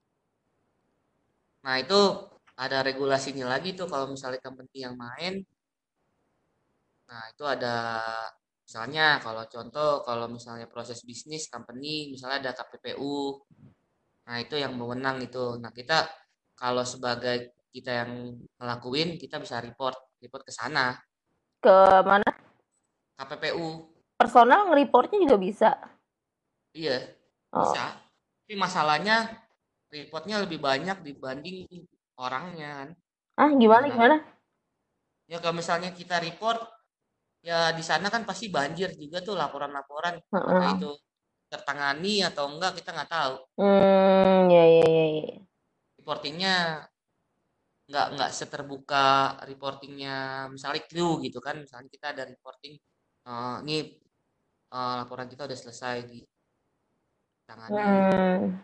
Nah, itu ada regulasinya lagi tuh kalau misalnya company yang main. Nah, itu ada misalnya kalau contoh kalau misalnya proses bisnis company misalnya ada KPPU. Nah, itu yang mewenang itu. Nah, kita kalau sebagai kita yang ngelakuin, kita bisa report ke sana, Ke mana? KPPU. Personal nge-reportnya juga bisa. Iya, Oh. bisa. Tapi masalahnya reportnya lebih banyak dibanding orangnya kan. Ah, Yang gimana namanya gimana? ya kalau misalnya kita report ya di sana kan pasti banjir juga tuh laporan-laporan. Apakah Heeh. itu tertangani atau enggak kita nggak tahu. Ya ya ya ya. Reportingnya nggak seterbuka reportingnya misalnya clue gitu kan, misalnya kita ada reporting ini laporan kita udah selesai ditangani gitu. Hmm.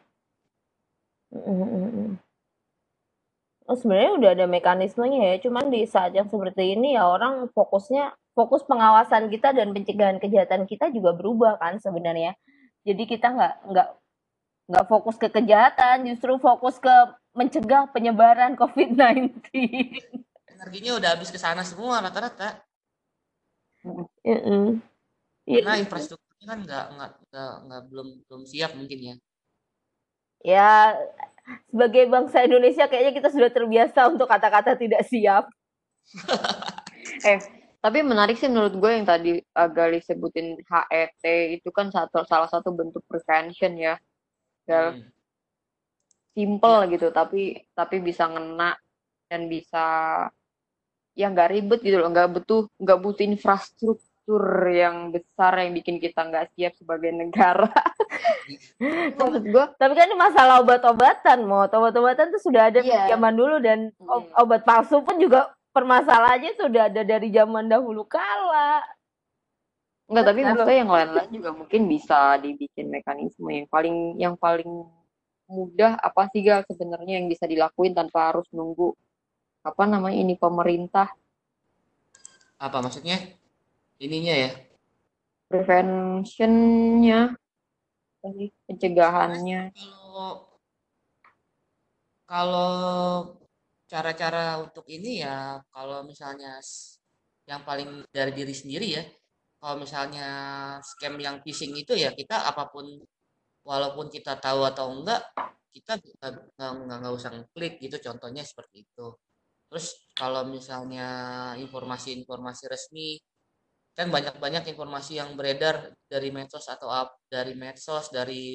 Mm. Oh, sebenarnya udah ada mekanismenya ya, cuman di saat yang seperti ini ya orang fokus pengawasan kita dan pencegahan kejahatan kita juga berubah kan sebenarnya. Jadi kita nggak fokus ke kejahatan, justru fokus ke mencegah penyebaran COVID-19. Energinya udah habis ke sana semua rata-rata Heeh. Iya, karena infrastrukturnya kan nggak belum siap mungkin ya. ya sebagai bangsa Indonesia kayaknya kita sudah terbiasa untuk kata-kata tidak siap. Tapi menarik sih menurut gue yang tadi Gali sebutin HET itu kan salah satu bentuk prevention ya. Gal, Hmm. simple Iya, gitu, tapi bisa ngena dan bisa ya nggak ribet gitu loh, nggak butuh infrastruktur yang besar yang bikin kita nggak siap sebagai negara. Maksud gue, Tapi kan ini masalah obat-obatan, mau obat-obatan tuh sudah ada dari iya. zaman dulu dan obat palsu pun juga permasalahannya itu udah ada dari zaman dahulu kala. Enggak, tapi Lalu, maksudnya yang lain-lain juga mungkin bisa dibikin mekanisme yang paling mudah apa sih Gal sebenarnya yang bisa dilakuin tanpa harus nunggu apa namanya ini pemerintah, apa maksudnya ininya ya? preventionnya. apa sih pencegahannya? Kalau kalau cara-cara untuk ini ya, kalau misalnya yang paling dari diri sendiri ya, kalau misalnya scam yang phishing itu ya kita apapun, walaupun kita tahu atau enggak, kita nggak usah ngeklik gitu, contohnya seperti itu. Terus kalau misalnya informasi-informasi resmi, kan banyak-banyak informasi yang beredar dari medsos atau dari medsos, dari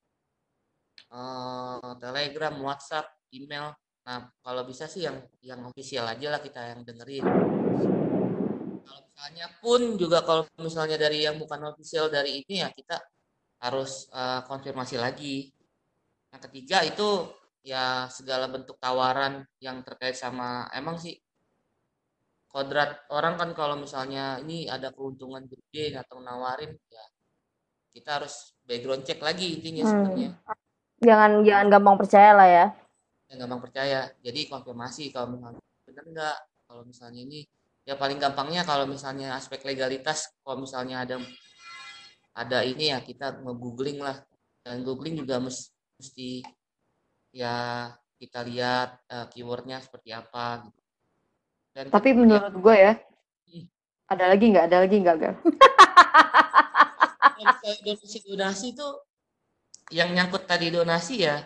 Telegram, WhatsApp, email. Nah, kalau bisa sih yang official aja lah kita yang dengerin. Kalau misalnya pun juga kalau misalnya dari yang bukan official dari ini ya kita harus konfirmasi lagi. Yang ketiga itu ya segala bentuk tawaran yang terkait sama, emang sih kodrat orang kan kalau misalnya ini ada keuntungan gede atau nawarin ya kita harus background check lagi intinya sebenarnya. Jangan gampang percaya lah ya. Yang gampang percaya. Jadi konfirmasi kalau misalnya benar nggak. Kalau misalnya ini ya paling gampangnya kalau misalnya aspek legalitas, kalau misalnya ada ini ya kita nge-googling lah. Dan googling juga mesti ya kita lihat keywordnya seperti apa gitu. Dan Tapi ya menurut gue ya, hmm, ada lagi nggak? Ada lagi nggak, Gal? kalau misalnya donasi itu yang nyangkut tadi donasi ya,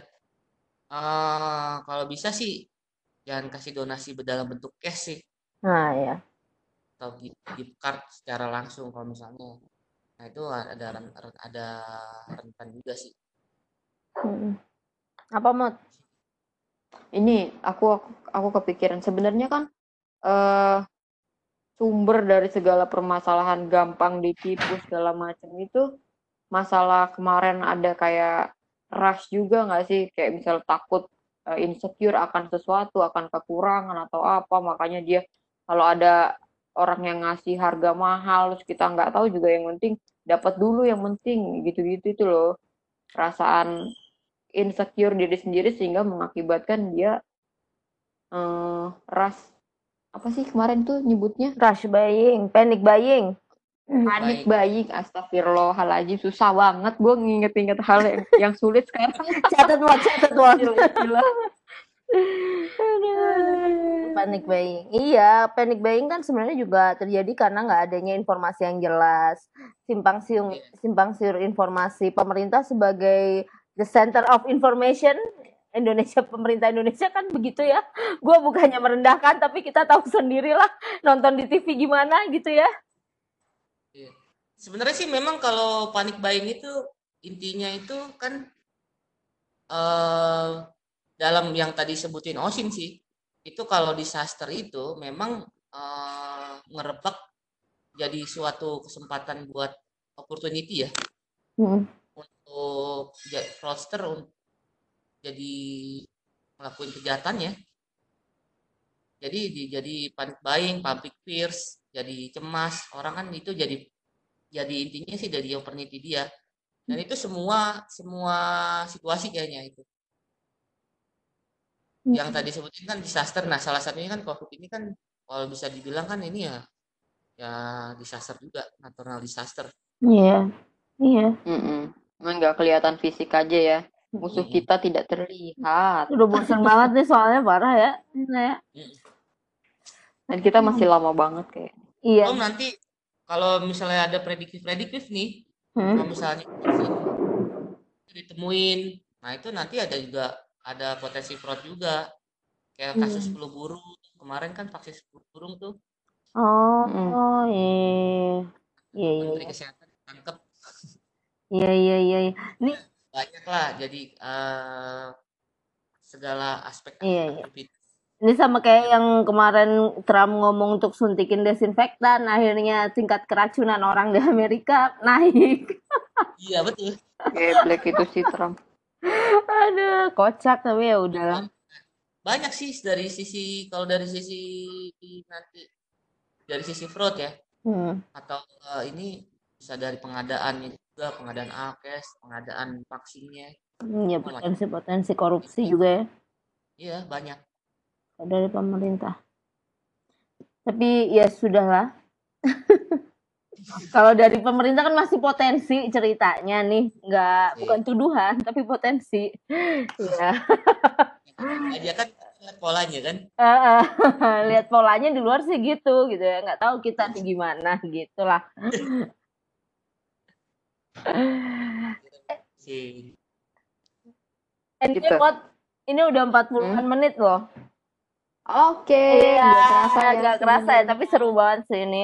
kalau bisa sih jangan kasih donasi dalam bentuk cash sih, Nah ya. atau gift card secara langsung kalau misalnya. Nah, itu ada rentan juga sih. Hmm. Apa Mot? Ini aku kepikiran sebenarnya kan eh sumber dari segala permasalahan gampang ditipu segala macam itu masalah kemarin ada kayak rush juga nggak sih kayak misal takut insecure akan sesuatu akan kekurangan atau apa makanya dia kalau ada orang yang ngasih harga mahal terus kita nggak tahu juga yang penting dapat dulu yang penting gitu-gitu itu loh perasaan insecure diri sendiri sehingga mengakibatkan dia rush apa sih kemarin tuh nyebutnya Rush buying, panic buying. panik Baik. buying astagfirullahaladzim susah banget gue nginget-inget hal yang sulit sekarang Catat Mot. istilah-istilah Panic buying. Iya, panic buying kan sebenarnya juga terjadi karena nggak adanya informasi yang jelas. Simpang siur informasi. Pemerintah sebagai the center of information pemerintah Indonesia kan begitu ya. Gue bukannya merendahkan, tapi kita tahu sendirilah nonton di TV gimana gitu ya. Iya. Sebenarnya sih memang kalau panic buying itu intinya itu kan eh dalam yang tadi sebutin Osin sih. Itu kalau disaster itu memang ngerebak jadi suatu kesempatan buat opportunity ya untuk fraudster untuk jadi ngelakuin kejahatannya. Jadi panic buying, public fears, jadi cemas. Orang kan itu jadi intinya sih dari opportunity dia. Dan itu semua semua situasi kayaknya itu. Yang tadi sebutin kan disaster. Nah, salah satunya kan COVID ini kan kalau bisa dibilang kan ini ya disaster juga, natural disaster. Iya, iya. Cuman nggak kelihatan fisik aja ya musuh Mm-mm. kita tidak terlihat Udah bosan banget nih soalnya parah ya. Nah, Mm-mm. dan kita masih lama banget kayak iya. Belum nanti kalau misalnya ada prediktif nih, kalau Hmm. misalnya vaksin itu ditemuin, nah itu nanti ada potensi fraud juga. Kayak kasus Hmm. flu burung kemarin kan vaksin flu burung tuh Oh, iya. Iya, iya, Menteri iya. Kesehatan tangkep. Iya, iya, iya. Ini, Ya, banyak lah jadi segala aspek iya, iya. aktivitas Ini sama kayak yang yang kemarin Trump ngomong untuk suntikin desinfektan, akhirnya tingkat keracunan orang di Amerika naik. iya betul. geblek itu si Trump Aduh, kocak tapi ya udahlah. Banyak sih dari sisi, kalau dari sisi nanti dari sisi fraud ya, Hmm. atau ini bisa dari pengadaannya juga, pengadaan alkes, pengadaan vaksinnya, Ya oh, macam potensi korupsi juga ya iya banyak. dari pemerintah. Tapi ya sudahlah. Kalau dari pemerintah kan masih potensi ceritanya nih, bukan tuduhan tapi potensi. Ya. Aja kan lihat polanya kan. Lihat polanya di luar sih gitu ya. Nggak tahu kita nih gimana gitulah. Si Anyway, Gitu. ini udah 40-an menit loh. Oke, Iya, nggak kerasa ya. nggak kerasa ya, tapi seru banget sih ini.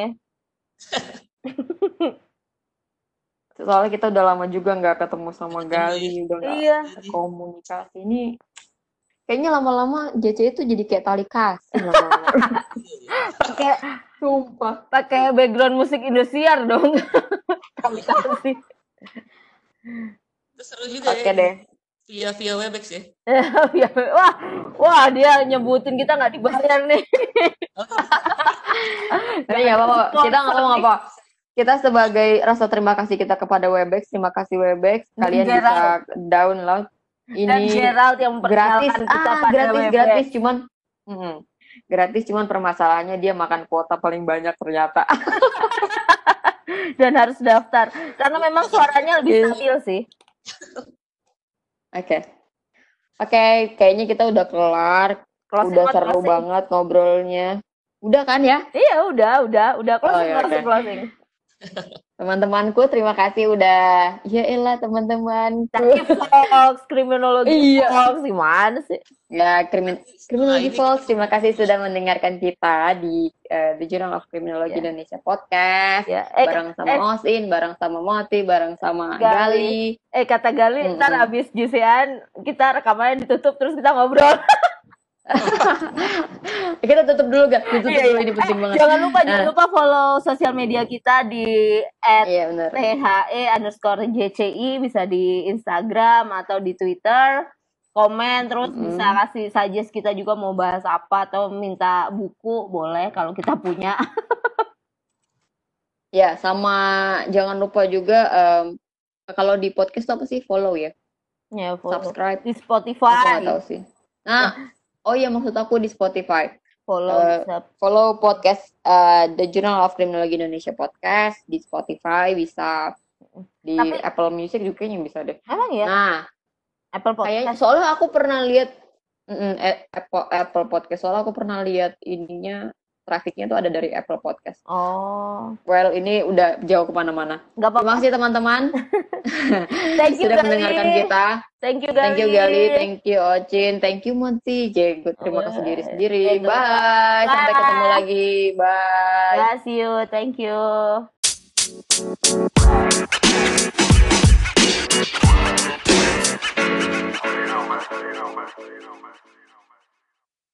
Soalnya kita udah lama juga nggak ketemu sama Gali, udah nggak Iya. komunikasi. Ini kayaknya lama-lama JC itu jadi kayak tali kasih lama-lama. Pakai Sumpah. pakai background musik Indosiar dong. Kami kasih. itu seru juga Oke ya. deh. Via Webex ya. Wah, dia nyebutin kita nggak dibayar nih. Tapi nggak apa-apa. Kita nggak apa-apa. Kita sebagai rasa terima kasih kita kepada Webex, terima kasih Webex. Kalian Dan bisa download Dan ini Gerald yang gratis. memperkenalkan kita pada Gratis, Webex. gratis. Gratis cuman permasalahannya dia makan kuota paling banyak ternyata. Dan harus daftar karena memang suaranya lebih stabil sih. Oke, kayaknya kita udah kelar. Closing Udah buat seru closing. banget ngobrolnya. Udah kan ya? Iya, udah closing, iya, oke. closing. Teman-temanku, terima kasih udah. Ya elah teman-teman. Fox, kriminologi Iya. Fox, gimana sih? Ya, Kriminologi ini Fox, terima kasih sudah mendengarkan kita di The Journal of Criminology Ya. Indonesia Podcast. Ya, Bareng sama Osin, bareng sama Moti, bareng sama Gali. Gali. Kata Gali, ntar abis juicean kita rekamannya ditutup terus kita ngobrol. Kita tutup dulu gak? Tutup dulu, ini penting banget. Jangan lupa follow sosial media kita di Iya benar. @the_jci, bisa di Instagram atau di Twitter. Komen terus bisa kasih suggest kita juga mau bahas apa atau minta buku boleh kalau kita punya. Ya, sama jangan lupa juga kalau di podcast apa sih follow ya? Ya, follow. Subscribe. Di Aku Spotify. nggak tahu sih. Nah, oh iya maksud aku di Spotify. Follow podcast The Journal of Criminology Indonesia Podcast di Spotify, bisa di Apple Music juga kayaknya bisa deh. Emang ya? Nah, Apple kayaknya Podcast. soalnya aku pernah lihat Apple Podcast, soalnya aku pernah lihat ininya trafiknya tuh ada dari Apple Podcast. Oh. Well, ini udah jauh kemana-mana. Nggak apa-apa. Terima kasih teman-teman. Thank you sudah Gali. mendengarkan kita. Thank you Gali. Thank you Gali, thank you Ocin, thank you Monty, Jago. Terima kasih diri sendiri. Bye. Sampai ketemu lagi. Bye. Yeah, see you. Thank you. You know, man.